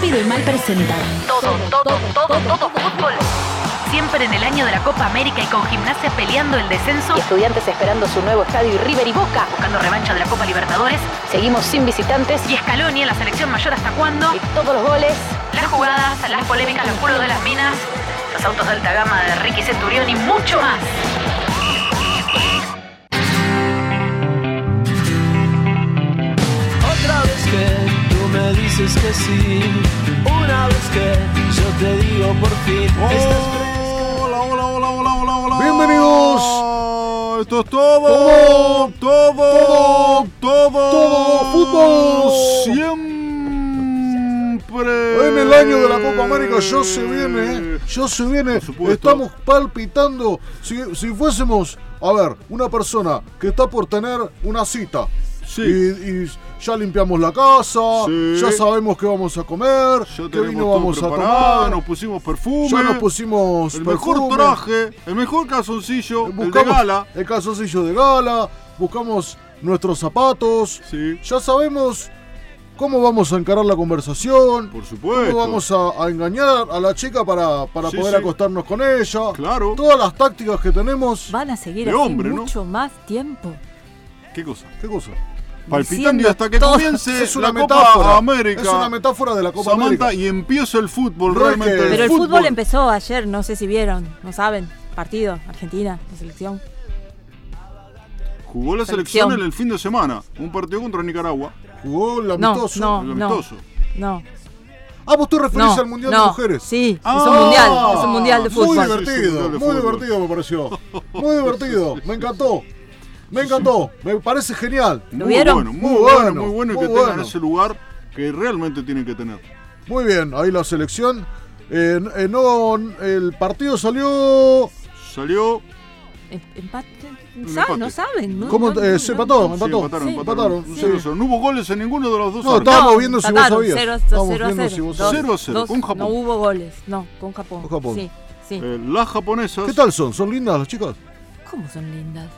Rápido y Mal presenta todo fútbol. Siempre en el año de la Copa América y con Gimnasia peleando el descenso. Y Estudiantes esperando su nuevo estadio y River y Boca buscando revancha de la Copa Libertadores. Seguimos sin visitantes. Y Scaloni en la selección mayor hasta cuándo. Y todos los goles. Las jugadas, las polémicas, los culos de las minas. Los autos de alta gama de Ricky Centurión y mucho más. Otra vez que tú me dices que sí, una vez que yo te digo por fin. Hola. Bienvenidos. Esto es todo fútbol. Siempre. En el año de la Copa América ya se viene. Por supuesto. Estamos palpitando. Si fuésemos, a ver, una persona que está por tener una cita. Sí. Y ya limpiamos la casa, Sí. ya sabemos qué vamos a comer, Ya qué tenemos vino todo vamos a preparado, tomar. nos pusimos perfume. Ya nos pusimos el perfume, mejor traje, el mejor calzoncillo, el de buscamos gala. el calzoncillo de gala, buscamos nuestros zapatos. Sí, Ya sabemos cómo vamos a encarar la conversación, por supuesto. cómo vamos a engañar a la chica para Sí, poder sí. acostarnos con ella. Claro. Todas las tácticas que tenemos. Van a seguir De así hombre, ¿no? mucho más tiempo. ¿Qué cosa? ¿Qué cosa? Palpitando y hasta que todo. comience Es una la metáfora. Copa América. Es una metáfora de la Copa Samantha, América. y empieza el fútbol Re realmente. que- Pero el fútbol empezó ayer, no sé si vieron, no saben. Partido, Argentina, la selección. Jugó la selección en el fin de semana. Un partido contra Nicaragua. Jugó el No, amistoso. no. El amistoso. No. Ah, vos te referís No, al Mundial no. de Mujeres. Sí, Ah. es un mundial de Muy fútbol. Sí, divertido, sí, sí, muy de fútbol. divertido me pareció. Muy divertido, me encantó. Me encantó, me parece genial. ¿Lo vieron? Muy bueno y que tengan ese lugar que realmente tienen que tener. Muy bien, ahí la selección. No, el partido salió. Salió. Empate. empate. No saben, ¿no? ¿Cómo? No, Se no. empató, Sí, empató. empataron. empataron, 0-0. No hubo goles en ninguno de los dos No, árbitros. estábamos viendo si vos empataron, sabías. 0 Estábamos a viendo 0. si vos Dos- sabías. 0-0 con Japón. No hubo goles, no, con Japón. Con Japón. Sí. Las japonesas. ¿Qué tal son? ¿Son lindas las chicas? ¿Cómo son lindas?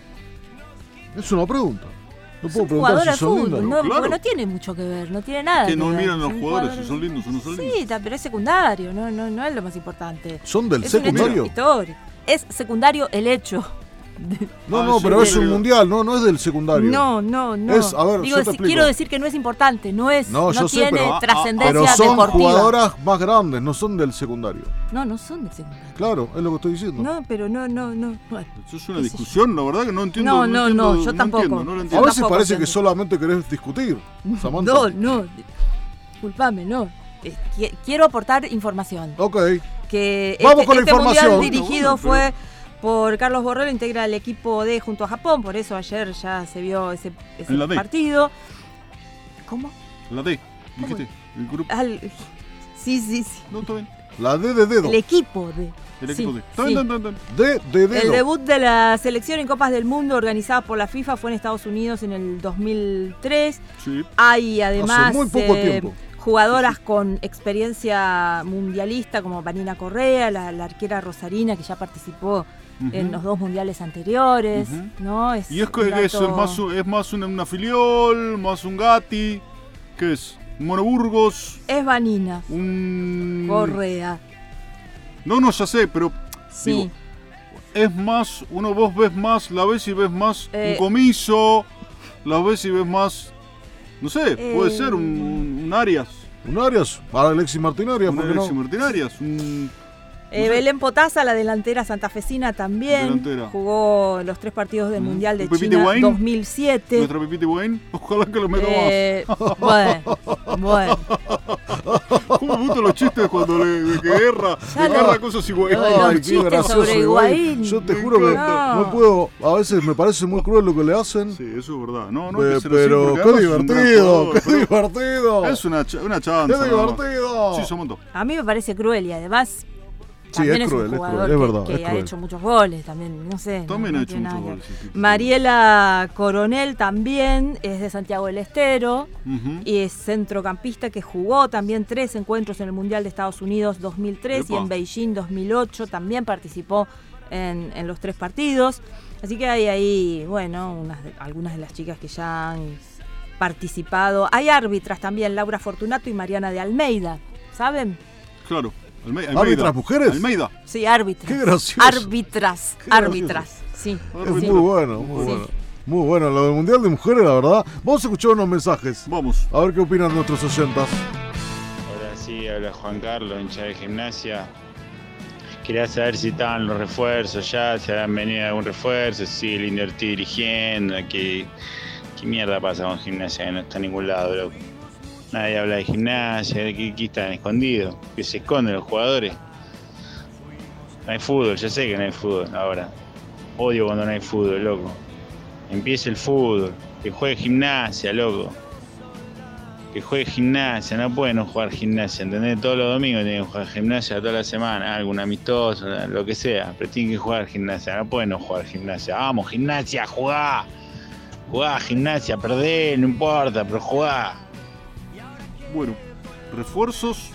Es una pregunta. No puedo Son preguntar jugadoras si son de fútbol, lindas. no, Claro. porque no tiene mucho que ver, no tiene nada Que no ver. miran los Son jugadores si son lindos o no son lindos. Sí, pero es secundario, no es lo más importante. ¿Son del Es un hecho secundario? histórico. Es secundario el hecho. No, sí, pero es sí. un mundial, no es del secundario. No. Es, a ver, Digo, yo te explico. quiero decir que no es importante, no yo sé, tiene pero- trascendencia Pero son deportiva. jugadoras más grandes, no son del secundario. No son del secundario. Claro, es lo que estoy diciendo. No, pero no. Bueno, Eso es una qué sé yo. discusión, la verdad que no entiendo. No, entiendo, yo tampoco. entiendo, no lo A entiendo. veces tampoco parece entiendo. que solamente querés discutir, Samantha. No. Disculpame, no. Quiero aportar información. Ok. Que Vamos con la este información. mundial dirigido Bueno, pero- fue por Carlos Borrell, integra el equipo D junto a Japón, por eso ayer ya se vio ese En la D. partido. ¿Cómo? La D, dijiste. El grupo. Sí. No, está bien. La D de dedo. El equipo D. El equipo Sí, D. Está sí. bien, está bien. D de dedo. El debut de la selección en Copas del Mundo organizada por la FIFA fue en Estados Unidos en el 2003. Sí. Hay además Hace muy poco tiempo. jugadoras con experiencia mundialista como Vanina Correa, la arquera rosarina que ya participó en los dos mundiales anteriores, Ujú. ¿no? Y es que un es dato- más una filiol, más un Gatti. ¿Qué es? Un Monoburgos. Es Vanina Un. Correa, No, ya sé, pero. sí. Digo, es más. Vos ves más, la ves y ves más un Eh. Comiso. La ves y ves más. No sé, puede ser un Arias. Un Arias, para Alexis Martín Arias, Un ¿por qué no? Alexis Martín Arias. Un. Belén Potasa, la delantera santafesina también, Delantera. jugó los 3 partidos del Mundial de ¿Un Pepito China Higuaín? 2007. Nuestra Pepita Higuaín. Ojalá que lo meta Bueno. más. ¿Cómo me gustan los chistes cuando de que erra? Ya De que no. erra cosas Higuaín. Los Ay, qué chistes gracioso sobre Higuaín. Yo te Me juro que encanta. no puedo, a veces me parece muy cruel lo que le hacen. Sí, eso es verdad. No hay que ser así, Pero porque qué además es un gran divertido, jugador, qué pero divertido. Es una Qué chanza. nada más. divertido. Sí, Samantha. A mí me parece cruel y además Sí, también es es cruel, un es jugador cruel, es verdad, que es ha cruel. hecho muchos goles también, no sé. También no ha hecho tiene muchos nada que goles. ver. sí, sí. Mariela Coronel también es de Santiago del Estero Ujú. y es centrocampista que jugó también 3 encuentros en el Mundial de Estados Unidos 2003 y Epa. en Beijing 2008 también participó en los 3 partidos. Así que hay ahí, bueno, algunas de las chicas que ya han participado. Hay árbitras también, Laura Fortunato y Mariana de Almeida, ¿saben? Claro. ¿Árbitras mujeres? Almeida. Sí, árbitras. Qué gracioso. Árbitras. Sí. Muy bueno, muy bueno. Muy bueno, lo del Mundial de Mujeres, la verdad. Vamos a escuchar unos mensajes. Vamos. A ver qué opinan nuestros oyentas. Ahora sí, habla Juan Carlos, hincha de Gimnasia. Quería saber si estaban los refuerzos ya, si habían venido algún refuerzo, si el Invertir dirigiendo, ¿qué mierda pasa con Gimnasia? Que no está en ningún lado, loco. Nadie habla de Gimnasia, de que están escondidos, que se esconden los jugadores. No hay fútbol, yo sé que no hay fútbol ahora. Odio cuando no hay fútbol, loco. Empiece el fútbol, que juegue Gimnasia, loco. Que juegue Gimnasia, no pueden no jugar Gimnasia, ¿entendés? Todos los domingos tienen que jugar Gimnasia toda la semana, algún amistoso, lo que sea, pero tienen que jugar Gimnasia, no pueden no jugar Gimnasia. Vamos, Gimnasia, jugá. Jugá, Gimnasia, perdé, no importa, pero jugá. Bueno, refuerzos.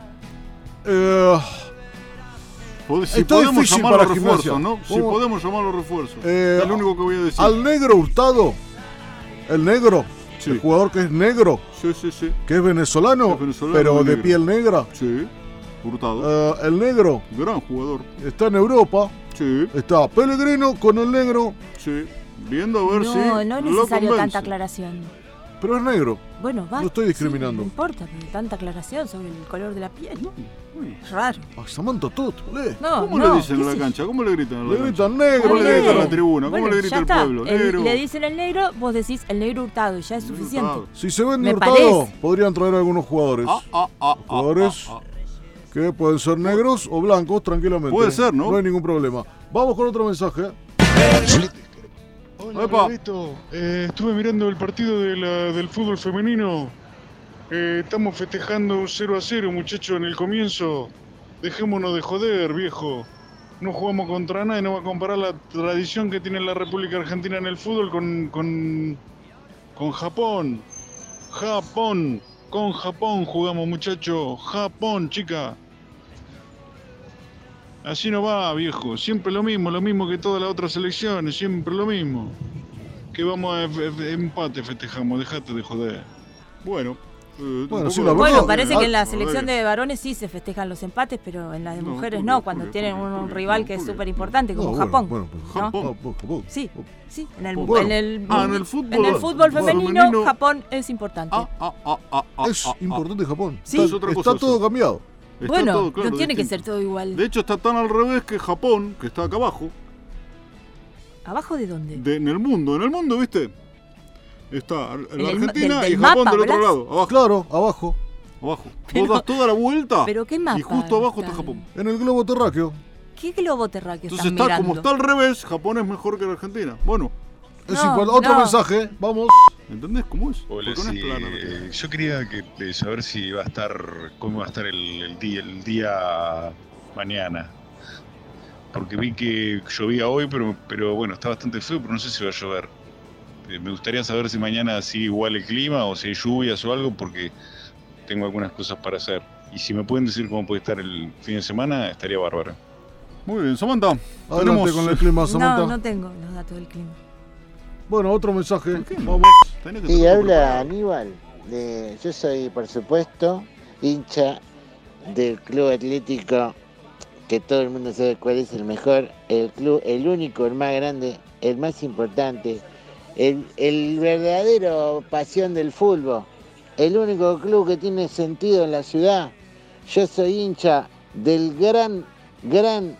Si podemos llamar los refuerzos, ¿no? Si podemos llamar los refuerzos. Es lo único que voy a decir. Al negro Hurtado. El negro. Sí. El jugador que es negro. Sí. Que es venezolano, pero de piel negra. Sí. Hurtado. El negro. Gran jugador. Está en Europa. Sí. Está Pellegrino con el negro. Sí. Viendo a ver si. No es necesario lo tanta aclaración. Pero es negro. Bueno, va. No estoy discriminando. Sí, no importa, pero tanta aclaración sobre el color de la piel. Es raro. Samantha Tot, ¿Cómo le dicen en la cancha? ¿Cómo le gritan en la cancha? Le gritan negro. ¿Cómo le gritan en la tribuna? ¿Cómo le grita el pueblo? Le dicen el negro, vos decís el negro Hurtado y ya es suficiente. Si se vende Hurtado, podrían traer algunos jugadores. Jugadores que pueden ser negros o blancos tranquilamente. Puede ser, ¿no? No hay ningún problema. Vamos con otro mensaje. Hola, Roberto. Estuve mirando el partido del fútbol femenino. Estamos festejando 0-0, muchachos, en el comienzo. Dejémonos de joder, viejo. No jugamos contra nadie, no va a comparar la tradición que tiene la República Argentina en el fútbol con Japón. Con Japón jugamos, muchachos. Japón, chica. Así no va, viejo. Siempre lo mismo que todas las otras selecciones, siempre lo mismo. Que vamos a empate festejamos, dejate de joder. Bueno, parece que en la selección de varones sí se festejan los empates, pero en la de mujeres no, cuando tienen un rival que es súper importante como Japón. Japón. Sí, en el fútbol femenino Japón es importante. Es importante Japón. Sí. Está todo cambiado. Bueno, todo, claro, no tiene que ser todo igual. De hecho está tan al revés que Japón, que está acá abajo. ¿Abajo de dónde? En el mundo, ¿viste? Está la Argentina del y Japón mapa, del otro ¿verdad? lado. Abajo. Claro, abajo. Vos das toda la vuelta. ¿Pero qué mapa? Y justo abajo está Japón. En el globo terráqueo. ¿Qué globo terráqueo Entonces estás mirando? como está al revés, Japón es mejor que la Argentina. Bueno. Otro mensaje, vamos. ¿Entendés cómo es? Hola, sí, yo quería saber si va a estar, cómo va a estar el día mañana. Porque vi que llovía hoy, pero bueno, está bastante feo, pero no sé si va a llover. Me gustaría saber si mañana sigue igual el clima o si hay lluvias o algo, porque tengo algunas cosas para hacer. Y si me pueden decir cómo puede estar el fin de semana, estaría bárbaro. Muy bien, Samantha. Adelante con el clima, Samantha. No tengo los datos del clima. Bueno, otro mensaje. Vamos. Sí, habla Aníbal. Yo soy, por supuesto, hincha del club atlético, que todo el mundo sabe cuál es el mejor, el club, el único, el más grande, el más importante, el verdadero pasión del fútbol, el único club que tiene sentido en la ciudad. Yo soy hincha del gran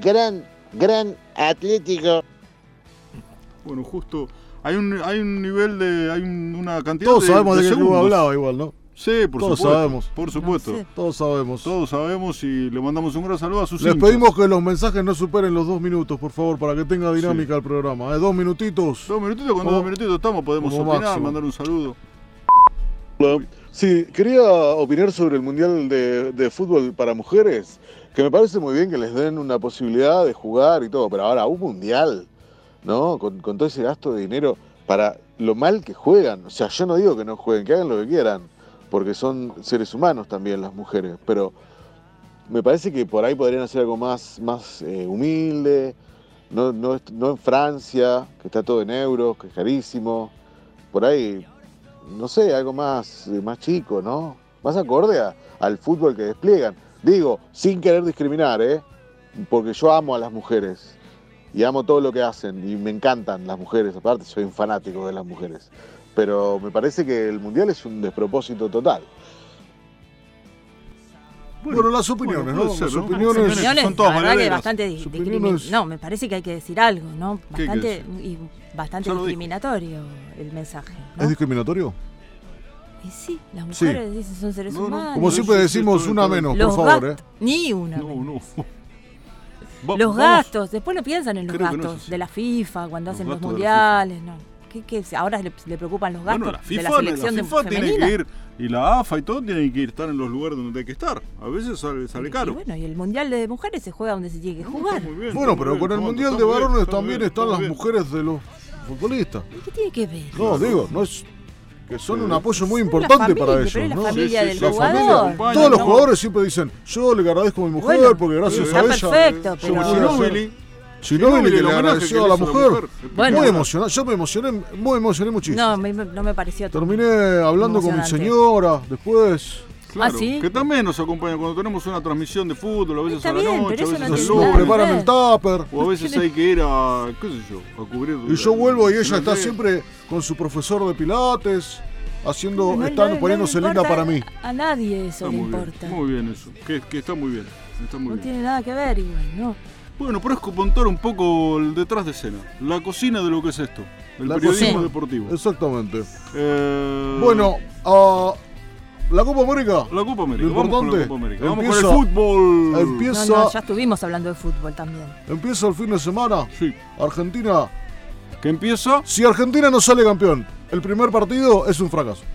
Atlético. Bueno, justo hay un nivel hay una cantidad todos de sabemos de qué segundos. club hablaba igual, ¿no? Sí, por todos supuesto. Sabemos. Por supuesto. No sé. Todos sabemos. Y le mandamos un gran saludo a sus Les hinchas. pedimos que los mensajes no superen los 2 minutos, por favor, para que tenga dinámica el programa. 2 minutitos. 2 minutitos, cuando 2 minutitos estamos, podemos opinar, máximo. mandar un saludo. Hola. Sí, quería opinar sobre el Mundial de Fútbol para mujeres, que me parece muy bien que les den una posibilidad de jugar y todo, pero ahora un Mundial, ¿no? Con todo ese gasto de dinero para lo mal que juegan. O sea, yo no digo que no jueguen, que hagan lo que quieran, porque son seres humanos también las mujeres, pero me parece que por ahí podrían hacer algo más humilde, no en Francia, que está todo en euros, que es carísimo, por ahí no sé, algo más chico, ¿no? Más acorde al fútbol que despliegan. Digo, sin querer discriminar, porque yo amo a las mujeres y amo todo lo que hacen y me encantan las mujeres, aparte soy un fanático de las mujeres. Pero me parece que el Mundial es un despropósito total. Bueno, las opiniones, ¿no? Ser, las ¿no? opiniones son todas valeras. Bastante No, me parece que hay que decir algo, ¿no? Bastante discriminatorio el mensaje, ¿no? ¿Es discriminatorio? Y sí, las mujeres dicen son seres humanos. Como siempre decimos, una menos, por favor. Ni una menos. No. Los gastos, después no piensan en los gastos de la FIFA cuando hacen los mundiales, ¿no? ¿Qué? Ahora le preocupan los gastos de la selección la FIFA femenina. Tiene que ir, y la AFA y todo tienen que estar en los lugares donde hay que estar. A veces sale caro. Y bueno, y el Mundial de Mujeres se juega donde se tiene que jugar. Bueno, pero con el Mundial de Varones también están las mujeres de los futbolistas. ¿Qué tiene que ver? No, digo, no es... que son un apoyo muy importante para ellos. Pero es la ¿no? familia del jugador. Todos los jugadores siempre dicen, yo le agradezco a mi mujer porque gracias a ella... Está perfecto, pero... Ginóbili que le agradeció a la mujer. Bueno, muy emocionado. Yo me emocioné muchísimo. No me pareció todo. Terminé hablando con mi señora después. Claro, ¿sí? Que también nos acompaña cuando tenemos una transmisión de fútbol, a veces Está a la bien, noche, pero a eso veces no al Nos preparan el tupper. O a veces hay que ir a, qué sé yo, a cubrir. Y yo vuelvo y ella está siempre con su profesor de pilates, están poniéndose linda para mí. A nadie eso le importa. Muy bien eso, que está muy bien. No tiene nada que ver igual, ¿no? Bueno, pero es contar un poco el detrás de escena, la cocina de lo que es esto, el periodismo deportivo. Exactamente. Bueno, la Copa América. La Copa América. Lo importante. La Copa América. Vamos con el fútbol. No, ya estuvimos hablando de fútbol también. Empieza el fin de semana. Sí. Argentina. ¿Qué empieza? Si Argentina no sale campeón, el primer partido es un fracaso.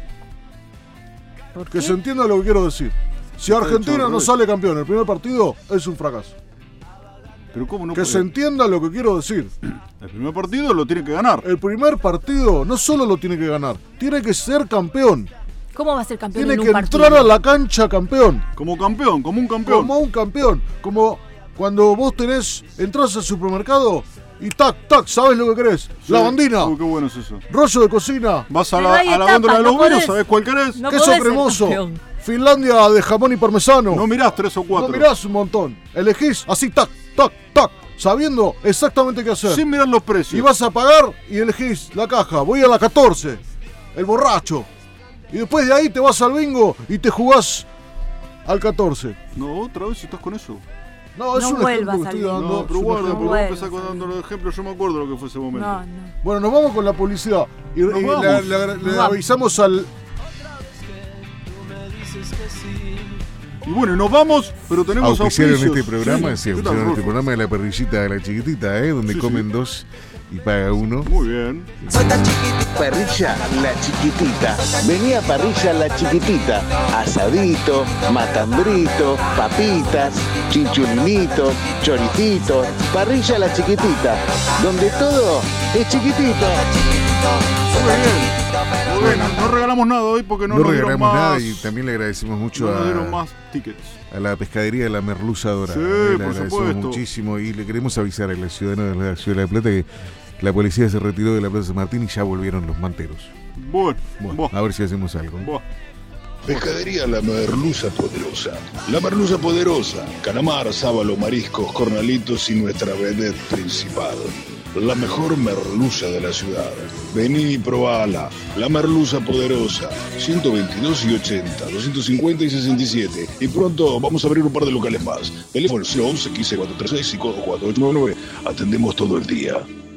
¿Por qué? Que se entienda lo que quiero decir. Si Argentina no sale campeón, el primer partido es un fracaso. Pero ¿cómo no que se entienda lo que quiero decir. El primer partido lo tiene que ganar. El primer partido no solo lo tiene que ganar, tiene que ser campeón. ¿Cómo va a ser campeón? Tiene que entrar a la cancha campeón. Como campeón, como un campeón. Como un campeón. Como cuando vos entras al supermercado y tac, ¿sabes lo que querés? Sí. Lavandina. Qué bueno es eso. Rollo de cocina. Vas a la góndola de los vinos, ¿sabés cuál querés? No queso cremoso. Finlandia de jamón y parmesano. No mirás 3 o 4. No mirás un montón. Elegís así, tac, sabiendo exactamente qué hacer. Sin mirar los precios. Y vas a pagar y elegís la caja. Voy a la 14. El borracho. Y después de ahí te vas al bingo y te jugás al 14. No, otra vez estás con eso. No, es un ejemplo que estoy dando. No, pero guarda, porque vos empezás dando los ejemplos. Yo me acuerdo lo que fue ese momento. No. Bueno, nos vamos con la publicidad. Y le avisamos al... Y bueno, nos vamos, pero tenemos auspiciaron este programa, auspiciaron este programa de la parrillita de la chiquitita, donde comen dos y paga uno. Muy bien. Parrilla La Chiquitita. Vení a Parrilla La Chiquitita. Asadito, matambrito, papitas, chinchulinito, choricito. Parrilla La Chiquitita, donde todo es chiquitito. Muy bien. Bueno, no regalamos nada hoy porque no nos dieron más. Nada y también le agradecemos mucho más tickets. A la pescadería de la Merluza Dorada. Sí, le agradecemos supuesto. muchísimo y le queremos avisar a los ciudadanos de la Ciudad de La Plata que la policía se retiró de la Plaza San Martín y ya volvieron los manteros. Bueno, a ver si hacemos algo. Pescadería La Merluza Poderosa. La Merluza Poderosa. Calamar, sábalo, mariscos, cornalitos y nuestra vedette principal. La mejor merluza de la ciudad. Vení y probala. La Merluza Poderosa. 122 y 80, 250 y 67. Y pronto vamos a abrir un par de locales más. Teléfono 011 15 436 y 4899. Atendemos todo el día.